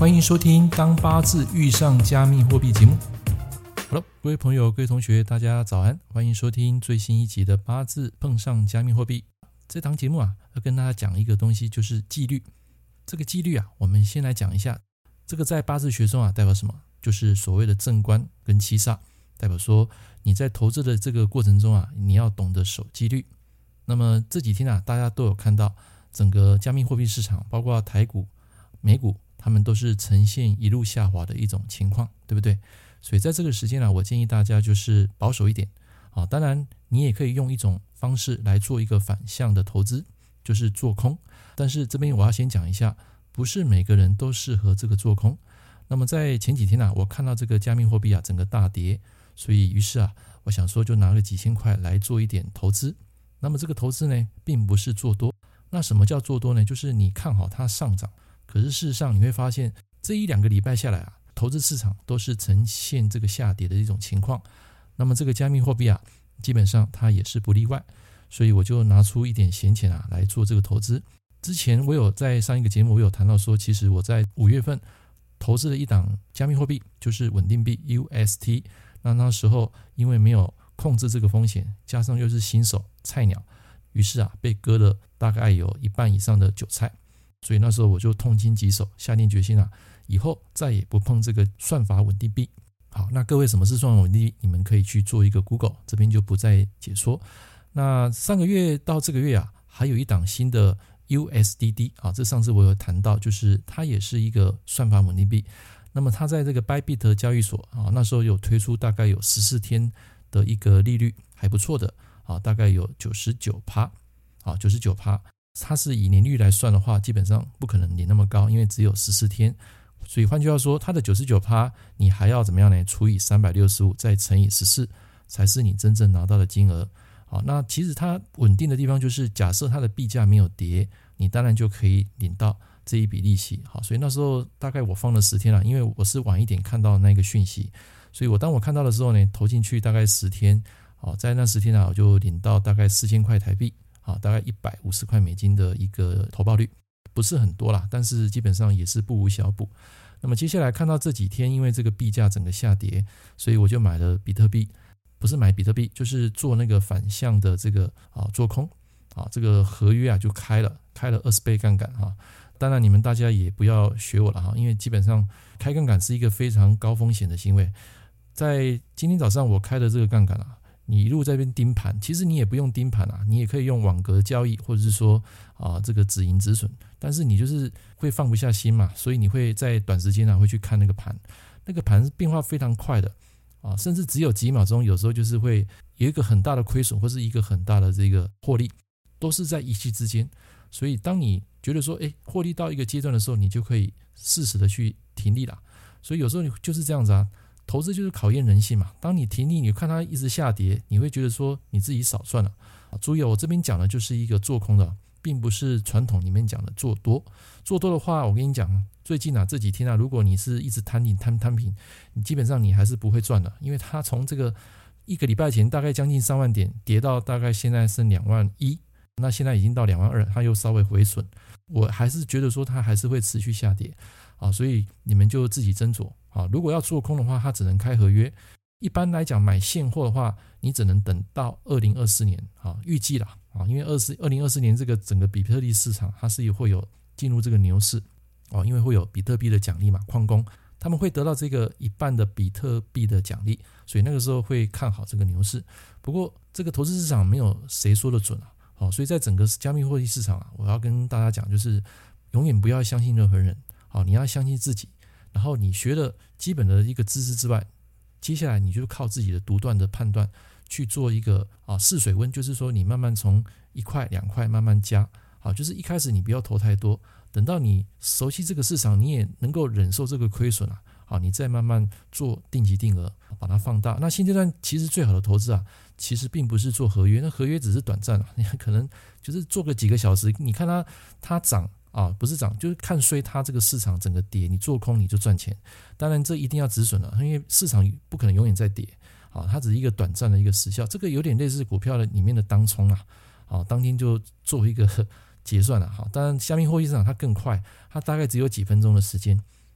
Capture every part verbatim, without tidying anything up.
欢迎收听《当八字遇上加密货币》节目。Hello， 各位朋友、各位同学，大家早安！欢迎收听最新一集的八字碰上加密货币。这档节目啊，要跟大家讲一个东西，就是纪律。这个纪律啊，我们先来讲一下。这个在八字学中啊，代表什么？就是所谓的正官跟七煞，代表说你在投资的这个过程中啊，你要懂得守纪律。那么这几天啊，大家都有看到整个加密货币市场，包括台股、美股，他们都是呈现一路下滑的一种情况，对不对？所以在这个时间啊，我建议大家就是保守一点啊。当然，你也可以用一种方式来做一个反向的投资，就是做空。但是这边我要先讲一下，不是每个人都适合这个做空。那么在前几天啊，我看到这个加密货币啊整个大跌，所以于是啊，我想说就拿了几千块来做一点投资。那么这个投资呢，并不是做多。那什么叫做多呢？就是你看好它上涨，可是事实上你会发现，这一两个礼拜下来啊，投资市场都是呈现这个下跌的一种情况。那么这个加密货币啊，基本上它也是不例外。所以我就拿出一点闲钱啊来做这个投资。之前我有在上一个节目我有谈到说，其实我在五月份投资了一档加密货币，就是稳定币 U S T。那那时候因为没有控制这个风险，加上又是新手菜鸟，于是啊被割了大概有一半以上的韭菜。所以那时候我就痛心疾首，下定决心啊，以后再也不碰这个算法稳定币。好，那各位什么是算法稳定币？你们可以去做一个 Google， 这边就不再解说。那上个月到这个月啊，还有一档新的 U S D D 啊，这上次我有谈到，就是它也是一个算法稳定币。那么它在这个 Bybit 交易所啊，那时候有推出大概有十四天的一个利率，还不错的啊，大概有 百分之九十九 啊 百分之九十九。它是以年率来算的话，基本上不可能领那么高，因为只有十四天。所以换句话说，它的 百分之九十九 你还要怎么样呢？除以三百六十五再乘以十四，才是你真正拿到的金额。好，那其实它稳定的地方就是假设它的币价没有跌，你当然就可以领到这一笔利息。好，所以那时候大概我放了十天了，因为我是晚一点看到那个讯息，所以我当我看到的时候呢，投进去大概十天。好，在那十天啊，我就领到大概四千块台币。好，大概一百五十块美金的一个投报率，不是很多啦，但是基本上也是不无小补。那么接下来看到这几天，因为这个币价整个下跌，所以我就买了比特币，不是买比特币，就是做那个反向的这个啊做空啊，这个合约啊就开了，开了二十倍杠杆啊。当然你们大家也不要学我了哈，因为基本上开杠杆是一个非常高风险的行为。在今天早上我开的这个杠杆啊，你一路在这边盯盘，其实你也不用盯盘啊，你也可以用网格交易，或者是说啊这个止盈止损，但是你就是会放不下心嘛，所以你会在短时间啊会去看那个盘，那个盘变化非常快的啊，甚至只有几秒钟，有时候就是会有一个很大的亏损，或是一个很大的这个获利，都是在一夕之间。所以当你觉得说，哎，获利到一个阶段的时候，你就可以适时的去停利啦。所以有时候就是这样子啊。投资就是考验人性嘛，当你停利，你看它一直下跌，你会觉得说你自己少赚了。注意哦，我这边讲的就是一个做空的，并不是传统里面讲的做多。做多的话，我跟你讲，最近啊这几天啊，如果你是一直摊平摊摊平，你基本上你还是不会赚的，因为它从这个一个礼拜前大概将近三万点跌到大概现在剩两万一，那现在已经到两万二，它又稍微回损，我还是觉得说它还是会持续下跌啊，所以你们就自己斟酌。啊，如果要做空的话，它只能开合约。一般来讲，买现货的话，你只能等到二零二四年啊，预计啦啊，因为二零二四年这个整个比特币市场它是会有进入这个牛市哦，因为会有比特币的奖励嘛，矿工他们会得到这个一半的比特币的奖励，所以那个时候会看好这个牛市。不过这个投资市场没有谁说的准啊，好，所以在整个加密货币市场啊，我要跟大家讲，就是永远不要相信任何人，好，你要相信自己。然后你学了基本的一个知识之外，接下来你就靠自己的独断的判断去做一个啊试水温，就是说你慢慢从一块两块慢慢加，好，就是一开始你不要投太多，等到你熟悉这个市场，你也能够忍受这个亏损啊，好，你再慢慢做定期定额，把它放大。那现阶段其实最好的投资啊，其实并不是做合约，那合约只是短暂啊，你可能就是做个几个小时，你看它它涨。啊，不是涨，就是看衰它这个市场整个跌，你做空你就赚钱。当然这一定要止损了，因为市场不可能永远在跌啊，它只是一个短暂的一个时效。这个有点类似股票的里面的当冲啊，啊，当天就做一个结算了哈。当然加密货币市场它更快，它大概只有几分钟的时间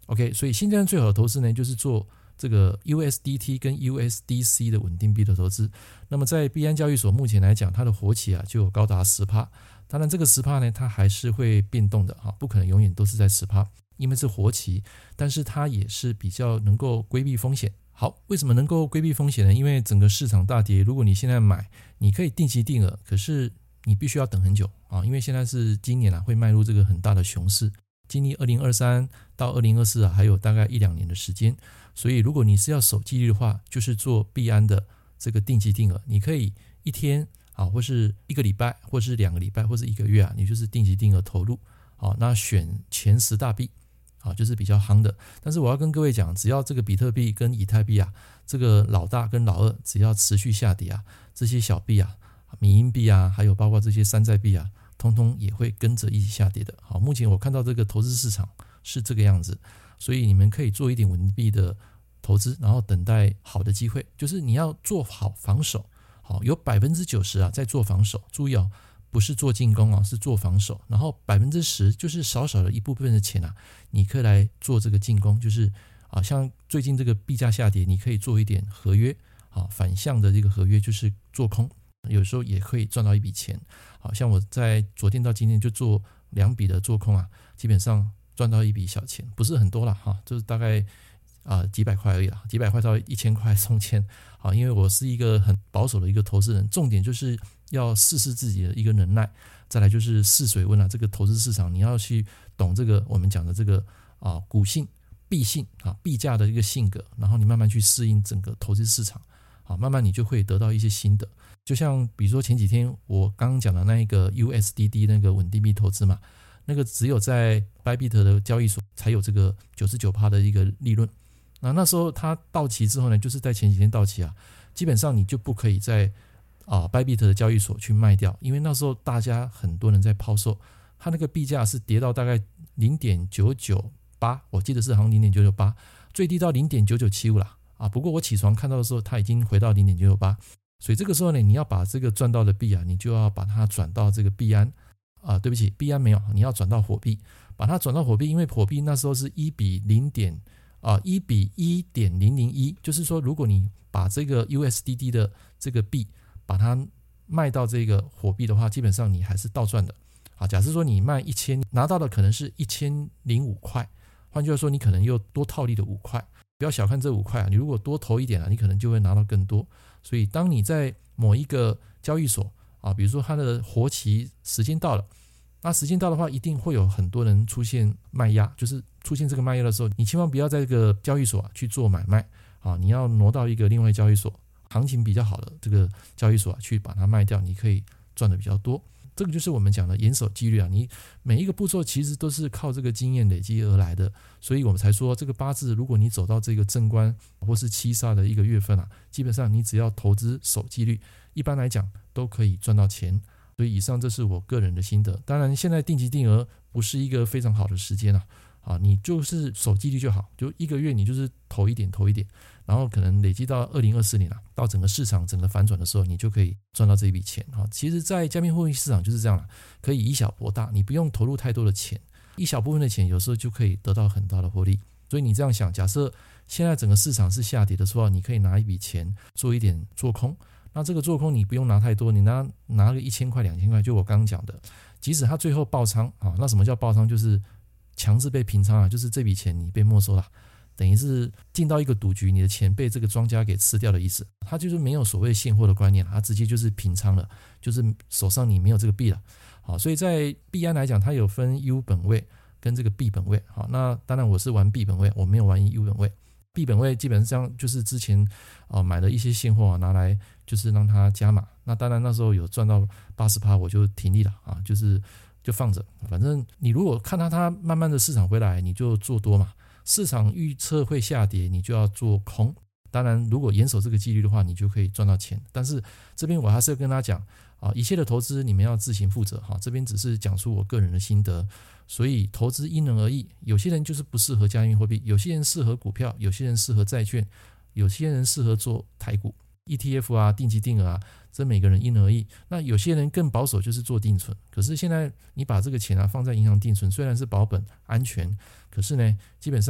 OK， 所以现阶段最好的投资呢，就是做这个 U S D T 跟 U S D C 的稳定币的投资。那么在币安交易所目前来讲，它的活期啊就有高达 百分之十。当然这个 百分之十 呢，它还是会变动的啊，不可能永远都是在 百分之十， 因为是活期，但是它也是比较能够规避风险。好，为什么能够规避风险呢？因为整个市场大跌，如果你现在买，你可以定期定额，可是你必须要等很久啊，因为现在是今年啊会迈入这个很大的熊市，经历二零二三到二零二四啊还有大概一两年的时间，所以如果你是要守纪律的话，就是做币安的这个定期定额，你可以一天啊，或是一个礼拜，或是两个礼拜，或是一个月啊，你就是定期定额投入，好，那选前十大币。啊，就是比较夯的，但是我要跟各位讲，只要这个比特币跟以太币啊，这个老大跟老二只要持续下跌啊，这些小币啊、迷因币啊，还有包括这些山寨币啊，通通也会跟着一起下跌的。好，目前我看到这个投资市场是这个样子，所以你们可以做一点稳定币的投资，然后等待好的机会，就是你要做好防守。好，有 百分之九十 啊在做防守，注意哦。不是做进攻啊，是做防守，然后 百分之十 就是少少的一部分的钱啊，你可以来做这个进攻，就是啊，像最近这个币价下跌，你可以做一点合约啊，反向的这个合约就是做空，有时候也可以赚到一笔钱。好像我在昨天到今天就做两笔的做空啊，基本上赚到一笔小钱，不是很多啦哈，就是大概啊、呃、几百块而已啦，几百块到一千块中间。好，因为我是一个很保守的一个投资人，重点就是要试试自己的一个能耐，再来就是试水温啊。这个投资市场你要去懂这个我们讲的这个啊股性、币性啊币价的一个性格，然后你慢慢去适应整个投资市场，啊，慢慢你就会得到一些心得。就像比如说前几天我刚刚讲的那一个 U S D D 那个稳定币投资嘛，那个只有在 Bybit 的交易所才有这个 百分之九十九 的一个利润。那那时候它到期之后呢，就是在前几天到期啊，基本上你就不可以在啊 Bybit 的交易所去卖掉，因为那时候大家很多人在抛售，它那个币价是跌到大概 零点九九八， 我记得是好像 零点九九八， 最低到 零点九九七五 啦啊。不过我起床看到的时候，它已经回到 零点九九八， 所以这个时候呢，你要把这个赚到的币啊，你就要把它转到这个币安啊，对不起，币安没有，你要转到火币，把它转到火币，因为火币那时候是一比零点。啊，一比一点零零一，就是说，如果你把这个 U S D D 的这个币把它卖到这个火币的话，基本上你还是倒赚的。啊，假设说你卖一千，拿到的可能是一千零五块，换句话说，你可能又多套利的五块。不要小看这五块啊，你如果多投一点啊，你可能就会拿到更多。所以，当你在某一个交易所啊，比如说它的活期时间到了。那时间到的话，一定会有很多人出现卖压，就是出现这个卖压的时候，你千万不要在这个交易所、啊、去做买卖啊，你要挪到一个另外交易所，行情比较好的这个交易所、啊、去把它卖掉，你可以赚的比较多。这个就是我们讲的严守纪律啊，你每一个步骤其实都是靠这个经验累积而来的，所以我们才说这个八字，如果你走到这个正官或是七煞的一个月份啊，基本上你只要投资守纪律，一般来讲都可以赚到钱。所以以上这是我个人的心得，当然现在定期定额不是一个非常好的时间啊，啊，你就是守纪律就好，就一个月你就是投一点投一点，然后可能累积到二零二四年啊，到整个市场整个反转的时候，你就可以赚到这一笔钱啊。其实，在加密货币市场就是这样了，可以以小博大，你不用投入太多的钱，一小部分的钱有时候就可以得到很大的获利。所以你这样想，假设现在整个市场是下跌的时候，你可以拿一笔钱做一点做空。那这个做空你不用拿太多，你拿拿个一千块两千块，就我刚刚讲的，即使它最后爆仓啊，那什么叫爆仓？就是强制被平仓啊，就是这笔钱你被没收了，等于是进到一个赌局，你的钱被这个庄家给吃掉的意思。它就是没有所谓现货的观念，它直接就是平仓了，就是手上你没有这个币了。好，所以在币安来讲，它有分 U 本位跟这个币本位。好，那当然我是玩币本位，我没有玩 U 本位。币本位基本上就是之前啊、呃、买了一些现货、啊、拿来就是让它加码，那当然那时候有赚到 百分之八十 我就停利了啊，就是就放着，反正你如果看到它慢慢的市场回来，你就做多嘛，市场预测会下跌，你就要做空。当然如果严守这个纪律的话，你就可以赚到钱。但是这边我还是要跟大家讲啊，一切的投资你们要自行负责哈，这边只是讲出我个人的心得。所以投资因人而异，有些人就是不适合加密货币，有些人适合股票，有些人适合债券，有些人适合做台股 E T F 啊、定期定额啊，这每个人因人而异。那有些人更保守，就是做定存。可是现在你把这个钱啊放在银行定存，虽然是保本安全，可是呢，基本上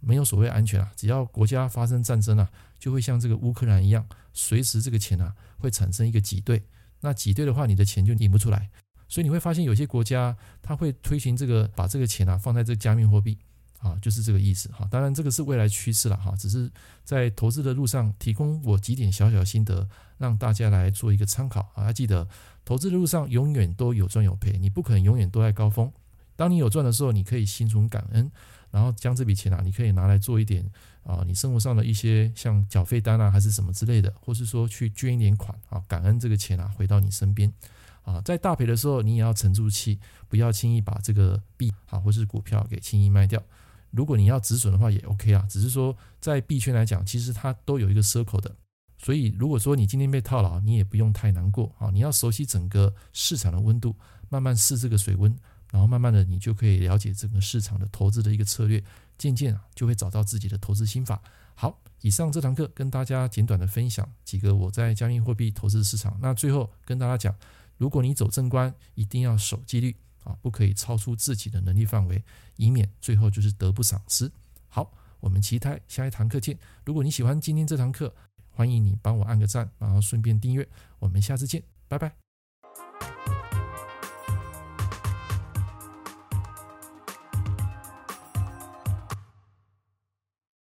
没有所谓安全啊，只要国家发生战争啊，就会像这个乌克兰一样，随时这个钱啊会产生一个挤兑，那挤兑的话，你的钱就领不出来。所以你会发现有些国家它会推行这个，把这个钱啊放在这个加密货币啊，就是这个意思哈。当然这个是未来趋势了哈，只是在投资的路上提供我几点小小心得，让大家来做一个参考啊。要记得投资的路上永远都有赚有赔，你不可能永远都在高峰。当你有赚的时候，你可以心存感恩，然后将这笔钱啊，你可以拿来做一点啊，你生活上的一些像缴费单啊，还是什么之类的，或是说去捐一点款啊，感恩这个钱啊回到你身边。啊，在大赔的时候，你也要沉住气，不要轻易把这个币啊或是股票给轻易卖掉。如果你要止损的话也 OK 啊，只是说在币圈来讲，其实它都有一个 circle 的，所以如果说你今天被套牢，你也不用太难过啊。你要熟悉整个市场的温度，慢慢试这个水温，然后慢慢的你就可以了解整个市场的投资的一个策略，渐渐啊就会找到自己的投资心法。好，以上这堂课跟大家简短的分享几个我在加密货币投资市场。那最后跟大家讲，如果你走正关，一定要守纪律啊，不可以超出自己的能力范围，以免最后就是得不偿失。好，我们期待下一堂课见。如果你喜欢今天这堂课，欢迎你帮我按个赞，然后顺便订阅。我们下次见，拜拜。